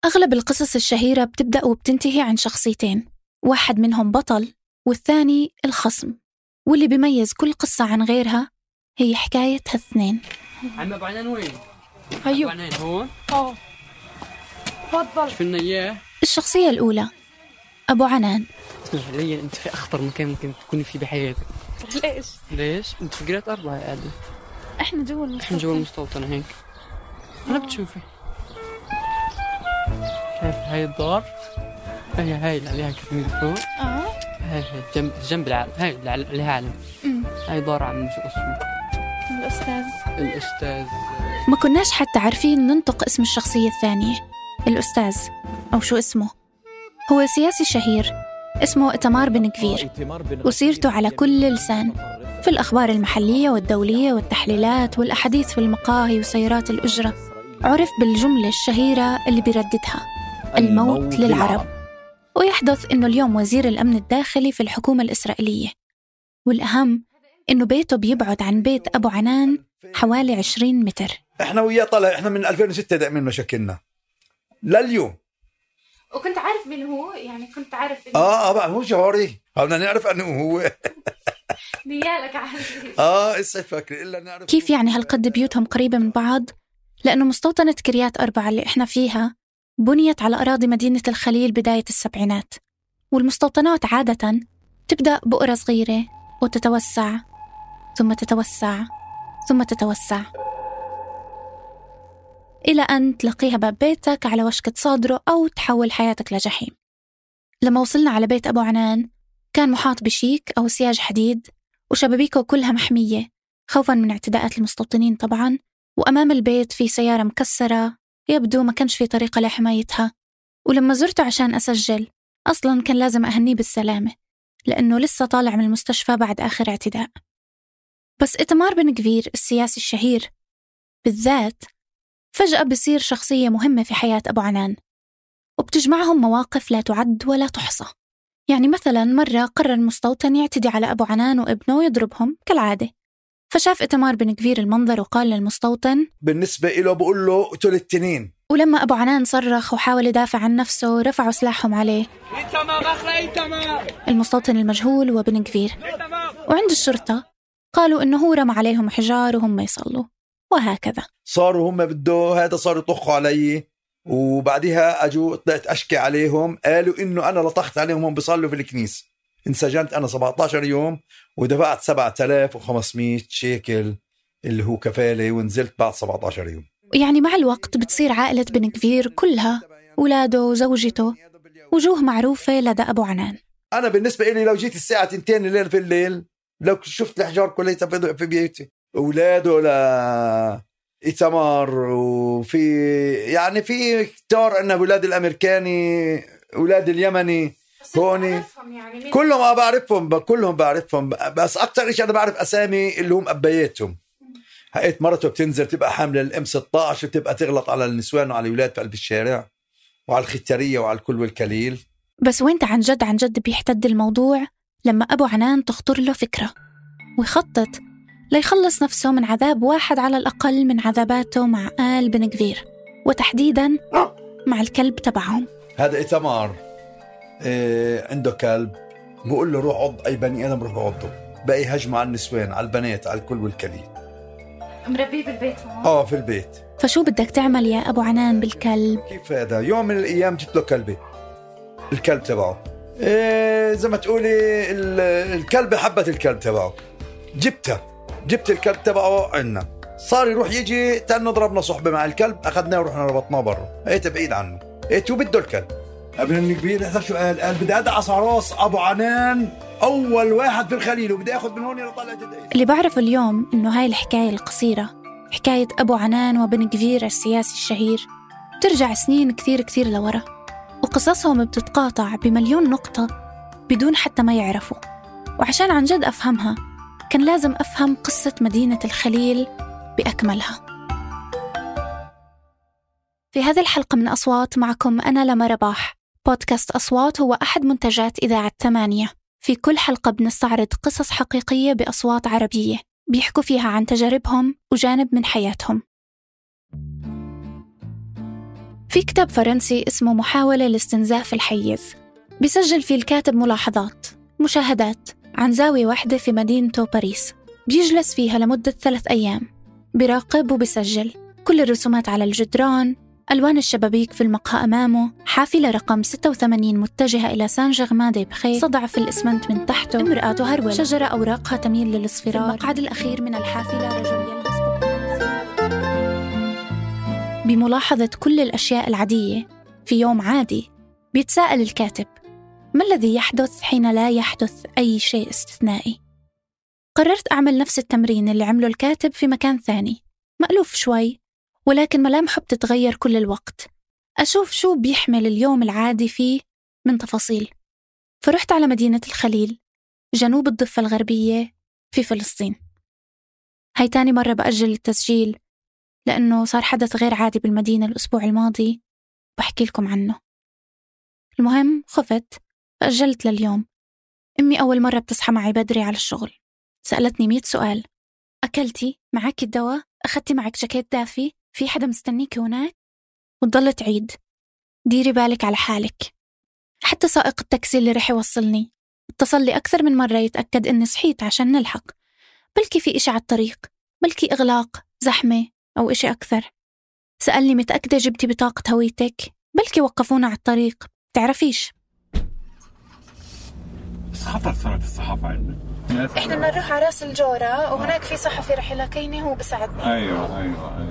أغلب القصص الشهيرة بتبدأ وبتنتهي عن شخصيتين، واحد منهم بطل والثاني الخصم، واللي بيميز كل قصة عن غيرها هي حكاية هالاثنين. عم أبو عنان وين؟ أيوه أبو عنان هون؟ تفضل. شفنا إياه. الشخصية الأولى أبو عنان. اسمع لي، أنت في أخطر مكان ممكن تكوني فيه بحياتك. ليش؟ أنت في قرية 4 قاعدة. إحنا جوا المستوطنة هيك. أنا بتشوفي شايف هاي الدار؟ هاي اللي عليها كتير فوق. هاي جنب العالم، هاي اللي عليها علم. هاي دار عم شو اسمه؟ الأستاذ. ما كناش حتى عارفين ننطق اسم الشخصية الثانية، الأستاذ أو شو اسمه. هو سياسي شهير اسمه إتمار بن غفير، وسيرته على كل لسان في الأخبار المحلية والدولية والتحليلات والأحاديث في المقاهي وسيارات الأجرة. عرف بالجملة الشهيرة اللي بيرددها: الموت للعرب. ويحدث إنه اليوم وزير الأمن الداخلي في الحكومة الإسرائيلية، والأهم إنه بيته بيبعد عن بيت أبو عنان حوالي 20 متر. إحنا وياه طلع، إحنا من 2006 دائما مشاكلنا لليوم. وكنت عارف مين هو؟ يعني كنت عارف إنه بقى هو جاري، بدنا نعرف أنه هو نيالك عارف. إسا فاكر إلا نعرف كيف يعني هالقد بيوتهم قريبة من بعض؟ لأنه مستوطنة كريات 4 اللي إحنا فيها بنيت على أراضي مدينة الخليل بداية السبعينات، والمستوطنات عادة تبدأ بقرى صغيرة وتتوسع ثم تتوسع ثم تتوسع إلى أن تلاقيها باب بيتك على وشك تصادره أو تحول حياتك لجحيم. لما وصلنا على بيت أبو عنان كان محاط بشيك أو سياج حديد، وشبابيكه كلها محمية خوفاً من اعتداءات المستوطنين طبعاً، وأمام البيت في سيارة مكسرة يبدو ما كانش في طريقة لحمايتها. ولما زرته عشان أسجل أصلاً كان لازم أهنيه بالسلامة لأنه لسه طالع من المستشفى بعد آخر اعتداء. بس إتمار بن غفير السياسي الشهير بالذات فجأة بصير شخصية مهمة في حياة أبو عنان، وبتجمعهم مواقف لا تعد ولا تحصى. يعني مثلا مرة قرر المستوطن يعتدي على أبو عنان وابنه ويضربهم كالعادة، فشاف إتمار بن غفير المنظر وقال للمستوطن بالنسبة إله بقول له قتل التنين. ولما أبو عنان صرخ وحاول يدافع عن نفسه رفعوا سلاحهم عليه، المستوطن المجهول وبن غفير. وعند الشرطة قالوا إنه هو رمى عليهم حجار وهم يصلوا، وهكذا صاروا هم بده هذا، صاروا يطخوا علي، وبعدها أجوا طلعت أشكي عليهم، قالوا إنه أنا لطخت عليهم هم بيصلوا في الكنيسة. انسجنت أنا 17 يوم ودفعت 7500 شيكل اللي هو كفالة، ونزلت بعد 17 يوم. يعني مع الوقت بتصير عائلة بن غفير كلها، أولاده وزوجته، وجوه معروفة لدى أبو عنان. أنا بالنسبة إلي لو جيت الساعة 2 الليل في الليل لو شفت الحجار كلها في بيتي، أولاده إتمار، وفي يعني في كتار أن أولاد الأمريكاني، أولاد اليمني هوني يعني كلهم كلهم بعرفهم، بس أكتر إيش أنا بعرف أسامي اللي هم أبياتهم. هقيت مرته بتنزل تبقى حاملة الام 16، بتبقى تغلط على النسوان وعلى الأولاد في قلب الشارع وعلى الختارية وعلى الكل والكليل. بس وانت عن جد بيحتد الموضوع لما أبو عنان تخطر له فكرة ويخطط ليخلص نفسه من عذاب واحد على الأقل من عذاباته مع آل بن غفير، وتحديداً مع الكلب تبعهم. هذا إتمار عنده كلب، بقول له روح عض أي بني آدم، روح عضه. بقى يهجموا على النسوان، على البنات، على الكل والكليل. مربيه بالبيت في البيت. فشو بدك تعمل يا أبو عنان بالكلب؟ كيف هذا؟ يوم من الأيام جبت له كلبة، الكلب تبعه زي ما تقولي الكلب حبت الكلب تبعه، جبت الكلب تبعه عنا، صار يروح يجي نضربنا صحبة مع الكلب، أخذناه ورحنا ربطناه برا، بعيد عنه. شو بده الكلب؟ ابن كبير هذا شو قال بدي أدعس راس أبو عنان أول واحد في الخليل، وبدي أخذ من هون لطلعت اللي بعرفه اليوم إنه هاي الحكاية القصيرة، حكاية أبو عنان وبن غفير السياسي الشهير، ترجع سنين كثير لورا، وقصصهم بتتقاطع بمليون نقطة بدون حتى ما يعرفوا. وعشان عن جد أفهمها كان لازم أفهم قصة مدينة الخليل بأكملها. في هذه الحلقة من أصوات معكم أنا لما رباح. بودكاست أصوات هو أحد منتجات إذاعة 8. في كل حلقة بنستعرض قصص حقيقية بأصوات عربية بيحكوا فيها عن تجاربهم وجانب من حياتهم. في كتاب فرنسي اسمه محاولة لاستنزاف الحيز، بيسجل فيه الكاتب ملاحظات مشاهدات عن زاوية واحدة في مدينته باريس، بيجلس فيها لمدة 3 أيام، بيراقب وبيسجل كل الرسومات على الجدران، ألوان الشبابيك في المقهى أمامه، حافلة رقم 86 متجهة إلى سان جيرمان دي بخي، صدع في الإسمنت من تحته، امرأة تهرول، شجرة أوراقها تميل للاصفرار، في المقعد الأخير من الحافلة رجل يلبس بملاحظة كل الأشياء العادية في يوم عادي. بيتساءل الكاتب: ما الذي يحدث حين لا يحدث أي شيء استثنائي؟ قررت أعمل نفس التمرين اللي عمله الكاتب في مكان ثاني، مألوف شوي ولكن ملامحه بتتغير كل الوقت، أشوف شو بيحمل اليوم العادي فيه من تفاصيل. فرحت على مدينة الخليل جنوب الضفة الغربية في فلسطين. هاي تاني مرة بأجل التسجيل لأنه صار حدث غير عادي بالمدينة الأسبوع الماضي، بحكي لكم عنه. المهم خفت فأجلت لليوم. أمي أول مرة بتصحى معي بدري على الشغل، سألتني 100 سؤال: أكلتي؟ معك الدواء؟ أخذتي معك جاكيت دافي؟ في حدا مستنيك هناك؟ وتضل تعيد: ديري بالك على حالك. حتى سائق التاكسي اللي رح يوصلني اتصل لي أكثر من مرة يتأكد إني صحيت عشان نلحق، بلكي في إشي على الطريق، بلكي إغلاق، زحمة أو إشي أكثر. سألني: متأكدة جبتي بطاقة هويتك؟ بلكي وقفونا على الطريق، تعرفيش. خطر صارت الصحافة عندنا. إحنا بدنا نروح على راس الجورة وهناك في صحفي رح يلاقيني هو بساعدني. أيوة.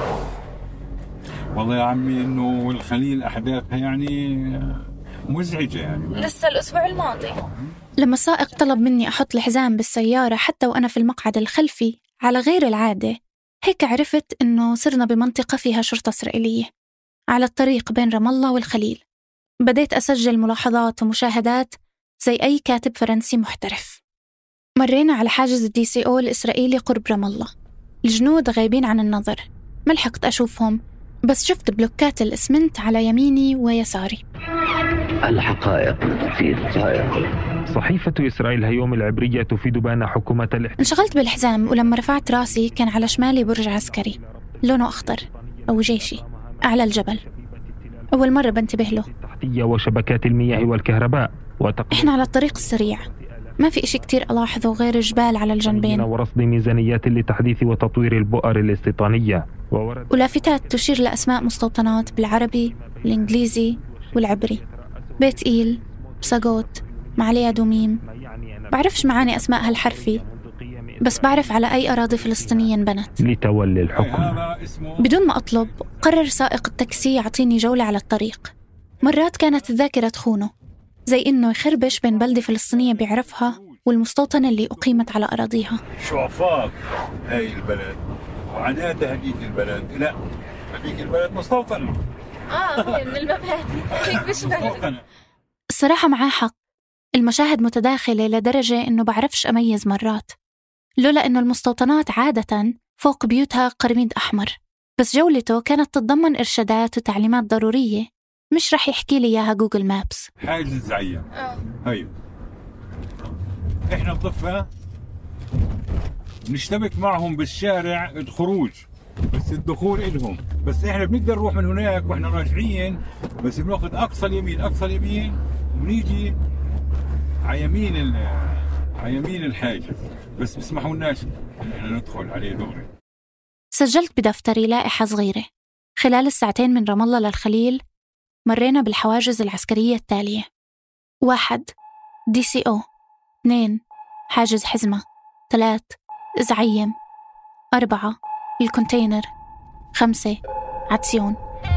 والله يا عمي إنه الخليل أحداثها يعني مزعجة يعني. لسه الأسبوع الماضي لما السائق طلب مني أحط الحزام بالسيارة حتى وأنا في المقعد الخلفي على غير العادة، هيك عرفت إنه صرنا بمنطقة فيها شرطة إسرائيلية على الطريق بين رام الله والخليل. بديت أسجل ملاحظات ومشاهدات زي أي كاتب فرنسي محترف. مرينا على حاجز DCO الإسرائيلي قرب رام الله، الجنود غايبين عن النظر، ما لحقت أشوفهم، بس شفت بلوكات الإسمنت على يميني ويساري. الحقائق في دقائق. صحيفة إسرائيل هيوم العبرية تفيد بأن حكومة انشغلت بالحزام، ولما رفعت راسي كان على شمالي برج عسكري لونه أخضر أو جيشي أعلى الجبل، أول مرة بنتبه له. تحتية وشبكات المياه والكهرباء إحنا على الطريق السريع، ما في إشي كتير ألاحظه غير جبال على الجنبين ورصد ميزانيات لتحديث وتطوير البؤر الاستيطانية ولافتات تشير لأسماء مستوطنات بالعربي الإنجليزي والعبري: بيت إيل، بساقوت، معليا دوميم. بعرفش معاني أسماء هالحرفي، بس بعرف على أي أراضي فلسطينية انبنت لتولي الحكم. بدون ما أطلب قرر سائق التاكسي يعطيني جولة على الطريق. مرات كانت الذاكرة تخونه، زي إنه يخربش بين بلدة فلسطينية بيعرفها والمستوطنة اللي أقيمت على أراضيها. شعفاط هاي البلد وعناتها هديك البلد، لا هديك البلد مستوطنة. من المبادئ هيك بشبه. الصراحة معاه حق، المشاهد متداخلة لدرجة إنه بعرفش أميز مرات، لولا إنه المستوطنات عادة فوق بيوتها قرميد أحمر، بس جولته كانت تتضمن إرشادات وتعليمات ضرورية مش رح يحكي لي إياها جوجل مابس. حاجز الزعيم هيو إحنا الضفة نشتبك معهم بالشارع الخروج، بس الدخول إلهم، بس إحنا بنقدر نروح من هناك وإحنا راجعين، بس بناخذ أقصى اليمين ونيجي على يمين الحاجز، بس بسمحوا لناش إحنا ندخل عليه دغري. سجلت بدفتري لائحة صغيرة: خلال الساعتين من رام الله للخليل مرينا بالحواجز العسكرية التالية: 1 DCO، 2 حاجز حزمة، 3 زعيم، 4 الكونتينر، 5 عدسيون.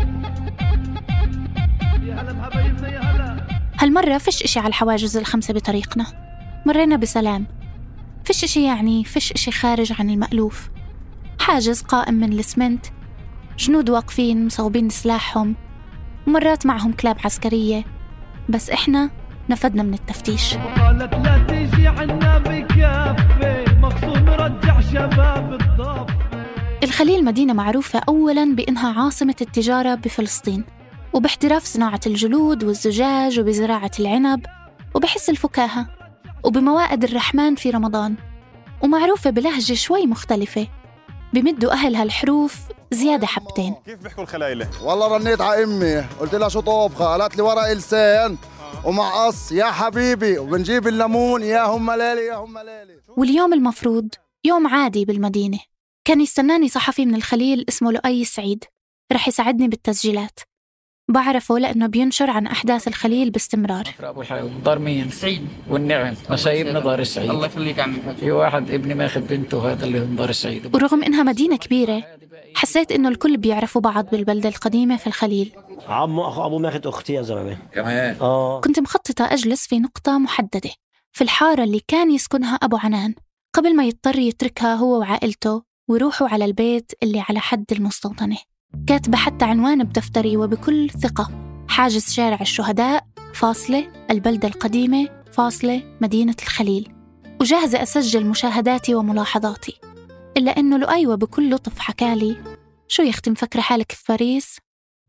هالمرة فيش إشي على الحواجز ال5 بطريقنا، مرينا بسلام، فيش إشي خارج عن المألوف. حاجز قائم من الإسمنت، جنود واقفين مصوبين سلاحهم، ومرات معهم كلاب عسكرية، بس إحنا نفدنا من التفتيش. قالت لا تيجي عنا بكافة مخصوم رجع شباب الضفة. الخليل مدينة معروفة أولاً بأنها عاصمة التجارة بفلسطين، وباحتراف صناعة الجلود والزجاج وبزراعة العنب وبحس الفكاهة وبموائد الرحمن في رمضان، ومعروفة بلهجة شوي مختلفة، بمدوا أهلها الحروف زيادة حبتين. كيف بيحكوا الخلايلة؟ والله رنيت على أمي قلت لها شو طابخة، قالت لي ورق لسان ومع قص يا حبيبي وبنجيب الليمون يا هم ليلي يا هم ليلي. واليوم المفروض يوم عادي بالمدينة، كان يستناني صحفي من الخليل اسمه لؤي السعيد، رح يساعدني بالتسجيلات. بعرفه لأنه بينشر عن أحداث الخليل باستمرار. أبو الحيوان دار مين؟ سعيد والنعم نصيبنا دار السعيد. الله يخليك عمي. في واحد ابني ماخذ بنته هذا اللي هم دار السعيد. ورغم إنها مدينة كبيرة حسيت إنه الكل بيعرفوا بعض بالبلدة القديمة في الخليل. عمو أخو أبو ماخذ أختي يا زلمة كمان. كنت مخططة أجلس في نقطة محددة في الحارة اللي كان يسكنها أبو عنان قبل ما يضطر يتركها هو وعائلته ويروحوا على البيت اللي على حد المستوطنة. كاتبة حتى عنوان بدفتري وبكل ثقة: حاجز شارع الشهداء فاصلة البلدة القديمة فاصلة مدينة الخليل، وجاهزة أسجل مشاهداتي وملاحظاتي. إلا إنه لؤي بكل لطف حكالي: شو يا أختي مفكرة حالك في باريس؟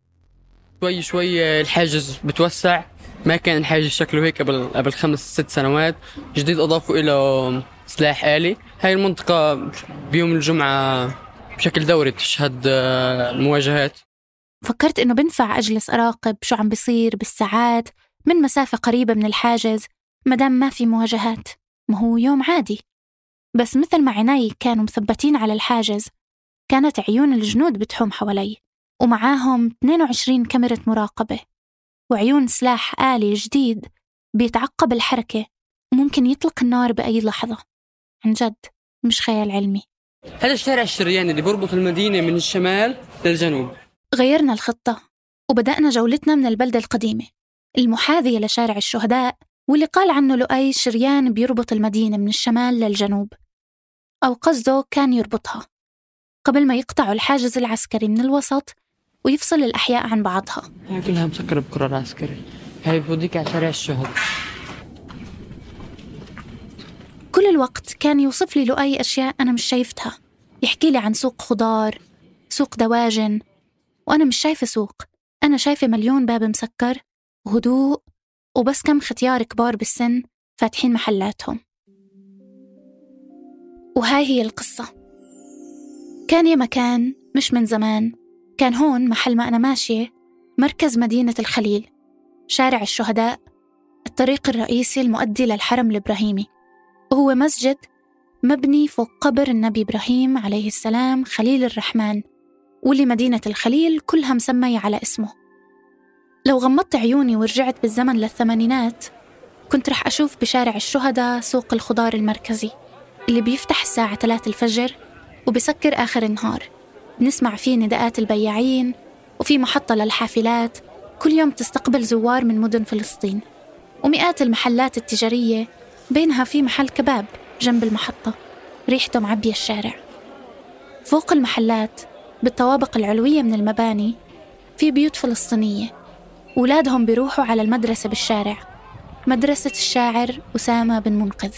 شوي شوي الحاجز بتوسع، ما كان الحاجز شكله هيك قبل 5-6 سنوات. جديد أضافوا إلى سلاح آلي. هاي المنطقة بيوم الجمعة بشكل دوري بتشهد المواجهات. فكرت إنه بنفع أجلس أراقب شو عم بيصير بالساعات من مسافة قريبة من الحاجز مدام ما في مواجهات، ما هو يوم عادي. بس مثل ما عيني كانوا مثبتين على الحاجز كانت عيون الجنود بتحوم حوالي، ومعاهم 22 كاميرا مراقبة وعيون سلاح آلي جديد بيتعقب الحركة وممكن يطلق النار بأي لحظة. عن جد مش خيال علمي. هذا الشارع الشرياني اللي بربط المدينة من الشمال للجنوب. غيرنا الخطة وبدأنا جولتنا من البلدة القديمة المحاذية لشارع الشهداء، واللي قال عنه لؤي شريان بيربط المدينة من الشمال للجنوب، أو قصده كان يربطها قبل ما يقطعوا الحاجز العسكري من الوسط ويفصل الأحياء عن بعضها. هاي كلها مسكرة بقرار عسكري. هاي بوديك على شارع الشهداء. كل الوقت كان يوصف لي لؤي أشياء أنا مش شايفتها، يحكي لي عن سوق خضار، سوق دواجن، وأنا مش شايفة سوق. أنا شايفة مليون باب مسكر وهدوء وبس كم ختيار كبار بالسن فاتحين محلاتهم. وهاي هي القصة. كان يا مكان مش من زمان، كان هون محل ما أنا ماشية مركز مدينة الخليل، شارع الشهداء، الطريق الرئيسي المؤدي للحرم الإبراهيمي، وهو مسجد مبني فوق قبر النبي إبراهيم عليه السلام خليل الرحمن، واللي مدينة الخليل كلها مسمية على اسمه. لو غمضت عيوني ورجعت بالزمن للثمانينات كنت رح أشوف بشارع الشهداء سوق الخضار المركزي اللي بيفتح الساعة 3 الفجر وبيسكر آخر النهار. بنسمع فيه نداءات البياعين، وفي محطة للحافلات كل يوم تستقبل زوار من مدن فلسطين، ومئات المحلات التجارية، بينها في محل كباب جنب المحطة ريحته معبية الشارع. فوق المحلات بالطوابق العلوية من المباني في بيوت فلسطينية، أولادهم بيروحوا على المدرسة بالشارع، مدرسة الشاعر أسامة بن منقذ.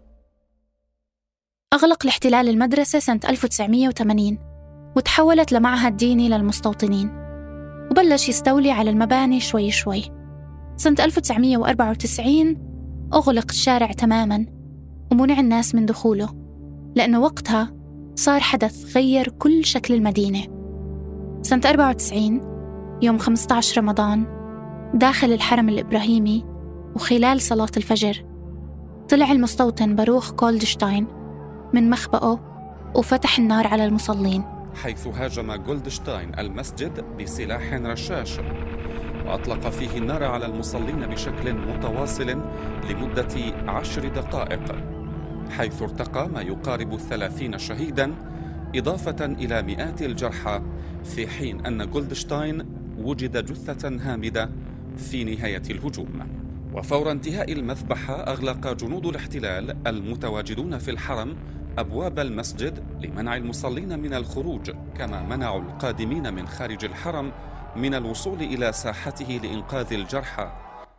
أغلق الاحتلال المدرسة سنة 1980 وتحولت لمعهد ديني للمستوطنين، وبلش يستولي على المباني شوي شوي. سنة 1994 أغلق الشارع تماماً ومنع الناس من دخوله، لأنه وقتها صار حدث غير كل شكل المدينة. سنة 94 يوم 15 رمضان داخل الحرم الإبراهيمي وخلال صلاة الفجر طلع المستوطن باروخ جولدشتاين من مخبأه وفتح النار على المصلين، حيث هاجم جولدشتاين المسجد بسلاح رشاش وأطلق فيه النار على المصلين بشكل متواصل لمدة 10 دقائق، حيث ارتقى ما يقارب 30 شهيدا إضافة إلى مئات الجرحى، في حين أن جولدشتاين وجد جثة هامدة في نهاية الهجوم. وفور انتهاء المذبحة أغلق جنود الاحتلال المتواجدون في الحرم أبواب المسجد لمنع المصلين من الخروج، كما منعوا القادمين من خارج الحرم من الوصول إلى ساحته لإنقاذ الجرحى.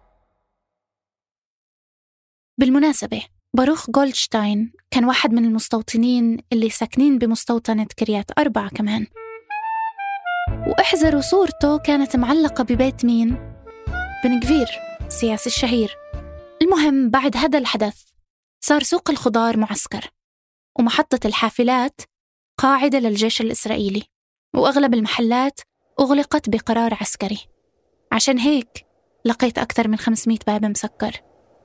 بالمناسبة باروخ جولدشتاين كان واحد من المستوطنين اللي ساكنين بمستوطنة كريات أربع كمان، واحذروا صورته كانت معلقة ببيت مين؟ بن غفير السياسي الشهير. المهم بعد هذا الحدث صار سوق الخضار معسكر، ومحطة الحافلات قاعدة للجيش الإسرائيلي، وأغلب المحلات أغلقت بقرار عسكري. عشان هيك لقيت أكثر من 500 باب مسكر.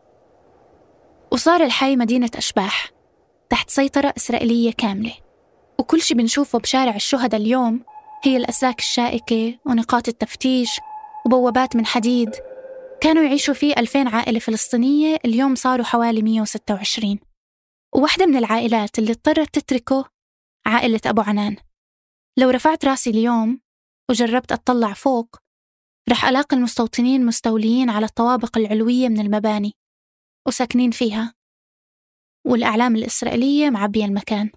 وصار الحي مدينة أشباح تحت سيطرة إسرائيلية كاملة، وكل شي بنشوفه بشارع الشهداء اليوم هي الأسلاك الشائكة ونقاط التفتيش وبوابات من حديد. كانوا يعيشوا فيه 2000 عائلة فلسطينية، اليوم صاروا حوالي 126. وواحدة من العائلات اللي اضطرت تتركه عائلة أبو عنان. لو رفعت راسي اليوم وجربت أطلع فوق رح ألاقي المستوطنين مستوليين على الطوابق العلوية من المباني وساكنين فيها، والأعلام الإسرائيلية معبية المكان.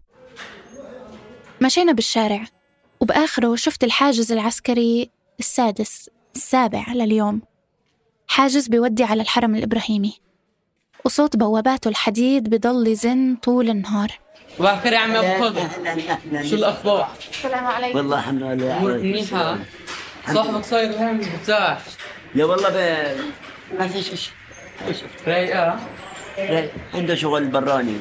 مشينا بالشارع وبآخره شفت الحاجز العسكري السابع لليوم، حاجز بيودي على الحرم الإبراهيمي، وصوت بواباته الحديد بضل يزن طول النهار. وبخير يا عمي أبو خضر، شو الأخبار؟ السلام عليكم. والله الحمد لله منيحة. صاحبك صاير هون بفتاح. لا والله ما فيش شيء. رايقة؟ عنده شغل براني.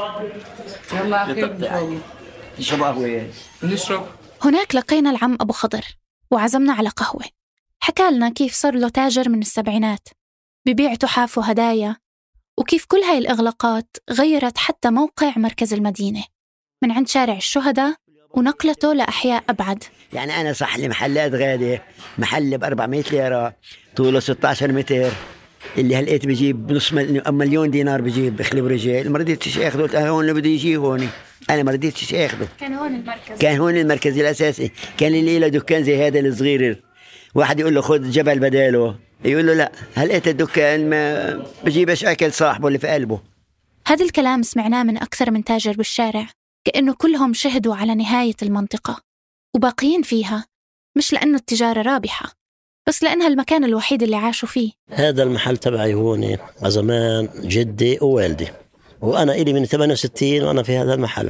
يلا أخير نشرب قهوة. نشرب. هناك لقينا العم أبو خضر وعزمنا على قهوة. حكى لنا كيف صار له تاجر من السبعينات ببيع تحف وهدايا، وكيف كل هاي الإغلاقات غيرت حتى موقع مركز المدينة من عند شارع الشهداء ونقلته لأحياء أبعد. يعني أنا صح لي محلات غالية، محل ب400 ليرة طوله 16 متر اللي هلقيت بجيب نص مليون دينار، بجيب بخلب رجال. ما رضيتش اخذه، قلت انا هون اللي بده يجي هون، انا ما رضيتش اخذه. كان هون المركز الاساسي. كان اللي له دكان زي هذا الصغير واحد يقول له خذ جبل بداله، يقول له لا، هلقيت الدكان ما بجيبش اكل صاحبه اللي في قلبه. هذا الكلام سمعناه من اكثر من تاجر بالشارع، كأنه كلهم شهدوا على نهاية المنطقة وباقيين فيها، مش لأنه التجارة رابحة بس لأنها المكان الوحيد اللي عاشوا فيه. هذا المحل تبعي هون زمان جدي ووالدي، وأنا إلي من 68 وأنا في هذا المحل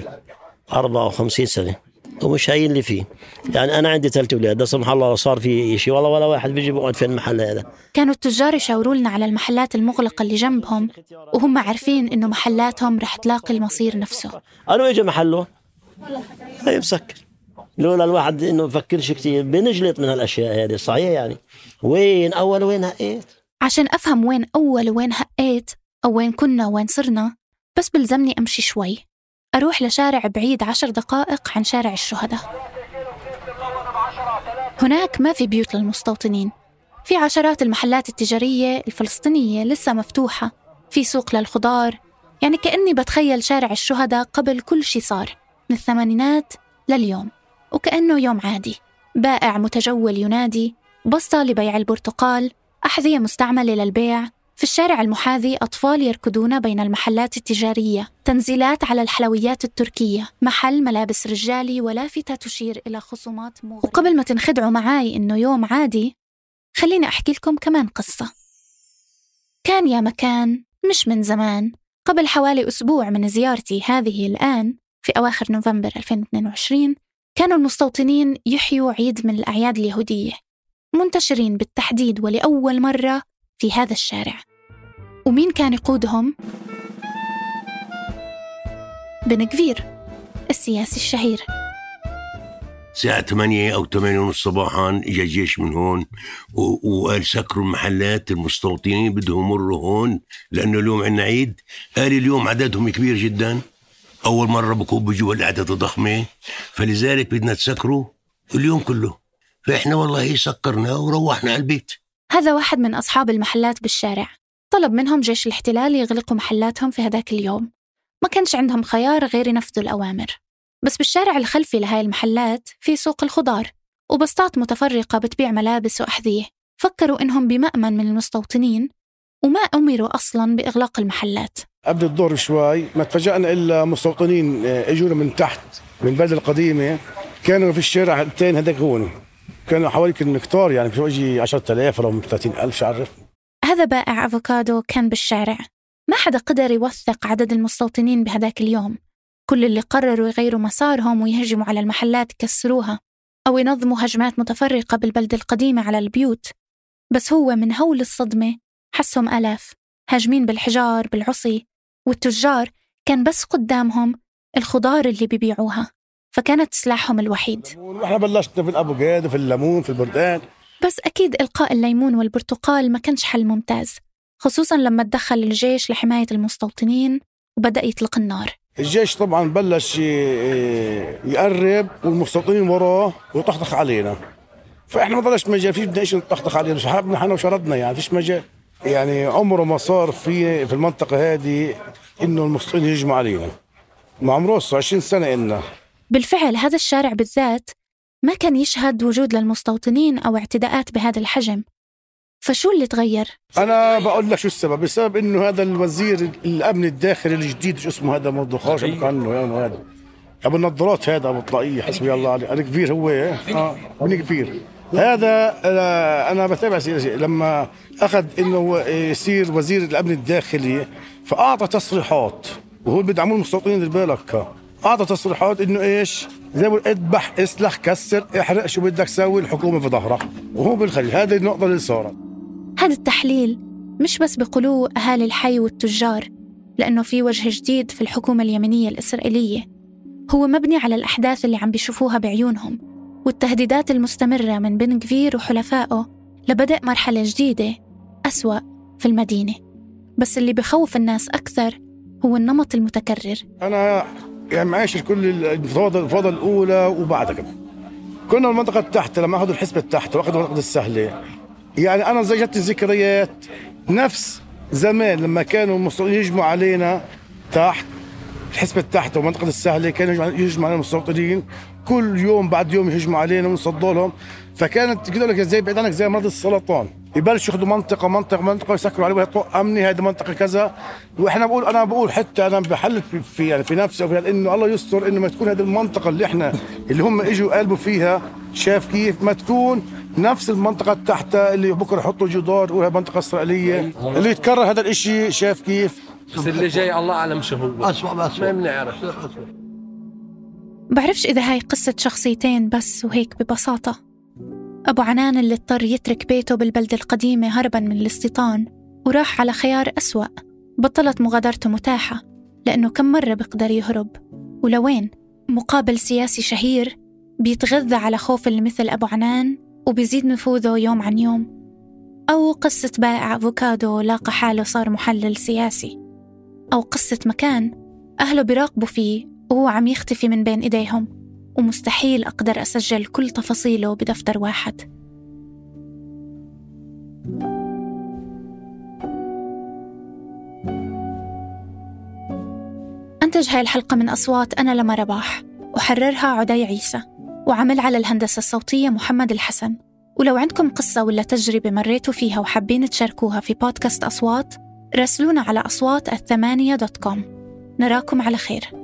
54 سنة ومش هاي اللي فيه. يعني أنا عندي 3 أولاد، ده سبحان الله صار في شيء والله ولا واحد بيجي بقعد في المحل هذا. كانوا التجار يشاوروا لنا على المحلات المغلقة اللي جنبهم وهم عارفين إنه محلاتهم رح تلاقي المصير نفسه. أنا إجا محله هي مسكر، لولا الواحد إنه بفكرش كتير بنجلط من هالأشياء هذه. صحيح يعني وين أول وين هقيت؟ عشان أفهم وين أول وين هقيت أو وين كنا وين صرنا، بس بلزمني أمشي شوي، أروح لشارع بعيد 10 دقائق عن شارع الشهداء. هناك ما في بيوت للمستوطنين، في عشرات المحلات التجارية الفلسطينية لسه مفتوحة، في سوق للخضار. يعني كأني بتخيل شارع الشهداء قبل كل شي صار من الثمانينات لليوم، وكأنه يوم عادي. بائع متجول ينادي، بسطة لبيع البرتقال، أحذية مستعملة للبيع. في الشارع المحاذي أطفال يركضون بين المحلات التجارية، تنزيلات على الحلويات التركية، محل ملابس رجالي ولافتة تشير إلى خصومات مغرية. وقبل ما تنخدعوا معاي إنه يوم عادي، خليني أحكي لكم كمان قصة. كان يا مكان مش من زمان، قبل حوالي أسبوع من زيارتي هذه الآن في أواخر نوفمبر 2022، كانوا المستوطنين يحيوا عيد من الأعياد اليهودية، منتشرين بالتحديد ولأول مرة في هذا الشارع. ومين كان يقودهم؟ بن كفير السياسي الشهير. الساعة 8 أو 8:30 صباحا إجا جيش من هون وقال سكروا المحلات، المستوطنين بدهم يمروا هون لأنه اليوم عنا عيد. قال اليوم عددهم كبير جدا، أول مرة بكون بيجوا الأعداد ضخمة، فلذلك بدنا تسكروا اليوم كله. فإحنا والله سكرنا وروحنا على البيت. هذا واحد من أصحاب المحلات بالشارع، طلب منهم جيش الاحتلال يغلقوا محلاتهم في هداك اليوم. ما كانش عندهم خيار غير ينفذوا الأوامر. بس بالشارع الخلفي لهاي المحلات في سوق الخضار وبسطات متفرقة بتبيع ملابس وأحذية. فكروا إنهم بمأمن من المستوطنين وما أمروا أصلاً بإغلاق المحلات. قبل الظهر شوي ما تفاجأنا إلا مستوطنين اجوا من تحت من البلدة القديمة، كانوا في الشارع الثاني هداك هون، كانوا حوالي كتار، يعني في وجه 10,000 أو 30,000 شعرف. هذا بائع أفوكادو كان بالشارع. ما حدا قدر يوثق عدد المستوطنين بهداك اليوم. كل اللي قرروا يغيروا مسارهم ويهجموا على المحلات يكسروها أو ينظموا هجمات متفرقة بالبلدة القديمة على البيوت. بس هو من هول الصدمة حسهم آلاف هاجمين بالحجار بالعصي، والتجار كان بس قدامهم الخضار اللي بيبيعوها. فكانت سلاحهم الوحيد. وإحنا بلشنا في الأفوكادو، في الليمون، في البردان. بس أكيد إلقاء الليمون والبرتقال ما كانش حل ممتاز، خصوصاً لما تدخل الجيش لحماية المستوطنين وبدأ يطلق النار. الجيش طبعاً بلش يقرب والمستوطنين وراه ويطخطخ علينا، فإحنا ما ضلش مجال، فيش بدنا إيش نطخطخ علينا، شحبنا حنا وشردنا، يعني فيش مجال. يعني عمره ما صار في المنطقة هذه إنه المستوطنين يهجموا علينا، ما عمره 20 سنة إلنا. بالفعل هذا الشارع بالذات ما كان يشهد وجود للمستوطنين أو اعتداءات بهذا الحجم. فشو اللي تغير؟ أنا بقول لك شو السبب. بسبب إنه هذا الوزير الأمن الداخلي الجديد، شو اسمه هذا، مردخاش عنه يعني، هذا أبو النظارات، هذا أبو الطاقية، حسبي الله عليه، أنا كبير هو ابن كبير هذا. أنا بتابع سياسي لما أخذ إنه يصير وزير الأمن الداخلي، فأعطى تصريحات وهو بيدعمون المستوطنين بالك، أعطى تصريحات إنه إيش زي ما اذبح، اسلخ، كسر، احرق، شو بدك سوي، الحكومة في ظهرك، وهو بالخليل. هذه النقطة اللي صارت. هذا التحليل مش بس بقلوه أهالي الحي والتجار، لأنه في وجه جديد في الحكومة اليمنية الإسرائيلية، هو مبني على الأحداث اللي عم بيشوفوها بعيونهم والتهديدات المستمرة من بن غفير وحلفائه لبدء مرحلة جديدة أسوأ في المدينة. بس اللي بخوف الناس أكثر هو النمط المتكرر. أنا يعني معايش كل الفوضى الأولى وبعدها كمان. كنا المنطقة تحت لما أخذوا الحسبة تحت وأخذوا المنطقة السهلة، يعني أنا زي جت ذكريات نفس زمان لما كانوا المستوطنين يجمعوا علينا تحت الحسبة تحت ومنطقة السهلة، كانوا يجمعوا علينا المستوطنين كل يوم بعد يوم، يهجموا علينا ونصدوا لهم. فكانت كده لك زي بعيد عنك زي مرض السرطان، يبلشوا ياخذوا منطقة ويسكروا عليها ويحطوا أمني، هذه منطقة كذا. وإحنا أنا بقول حتى أنا بحلل في يعني في نفسي إنه الله يستر إنه ما تكون هذه المنطقة اللي هم إجوا قلبوا فيها، شاف كيف ما تكون نفس المنطقة تحت اللي بكره يحطوا جدار وهي منطقة إسرائيلية اللي يتكرر هذا الإشي. شاف كيف؟ بس اللي جاي الله أعلم شو هو، أسوأ ما بنعرف. بعرفش إذا هاي قصة شخصيتين بس وهيك ببساطة. أبو عنان اللي اضطر يترك بيته بالبلدة القديمة هرباً من الاستيطان وراح على خيار أسوأ، بطلت مغادرته متاحة لأنه كم مرة بيقدر يهرب ولوين، مقابل سياسي شهير بيتغذى على خوف اللي مثل أبو عنان وبيزيد نفوذه يوم عن يوم. أو قصة بائع أفوكادو لاقى حاله صار محلل سياسي. أو قصة مكان أهله بيراقبوا فيه وهو عم يختفي من بين إيديهم، ومستحيل أقدر أسجل كل تفاصيله بدفتر واحد. أنتج هاي الحلقة من أصوات أنا لما رباح، وحررها عدي عيسى، وعمل على الهندسة الصوتية محمد الحسن. ولو عندكم قصة ولا تجربة مريتوا فيها وحابين تشاركوها في بودكاست أصوات، راسلونا على أصوات@8.com. نراكم على خير.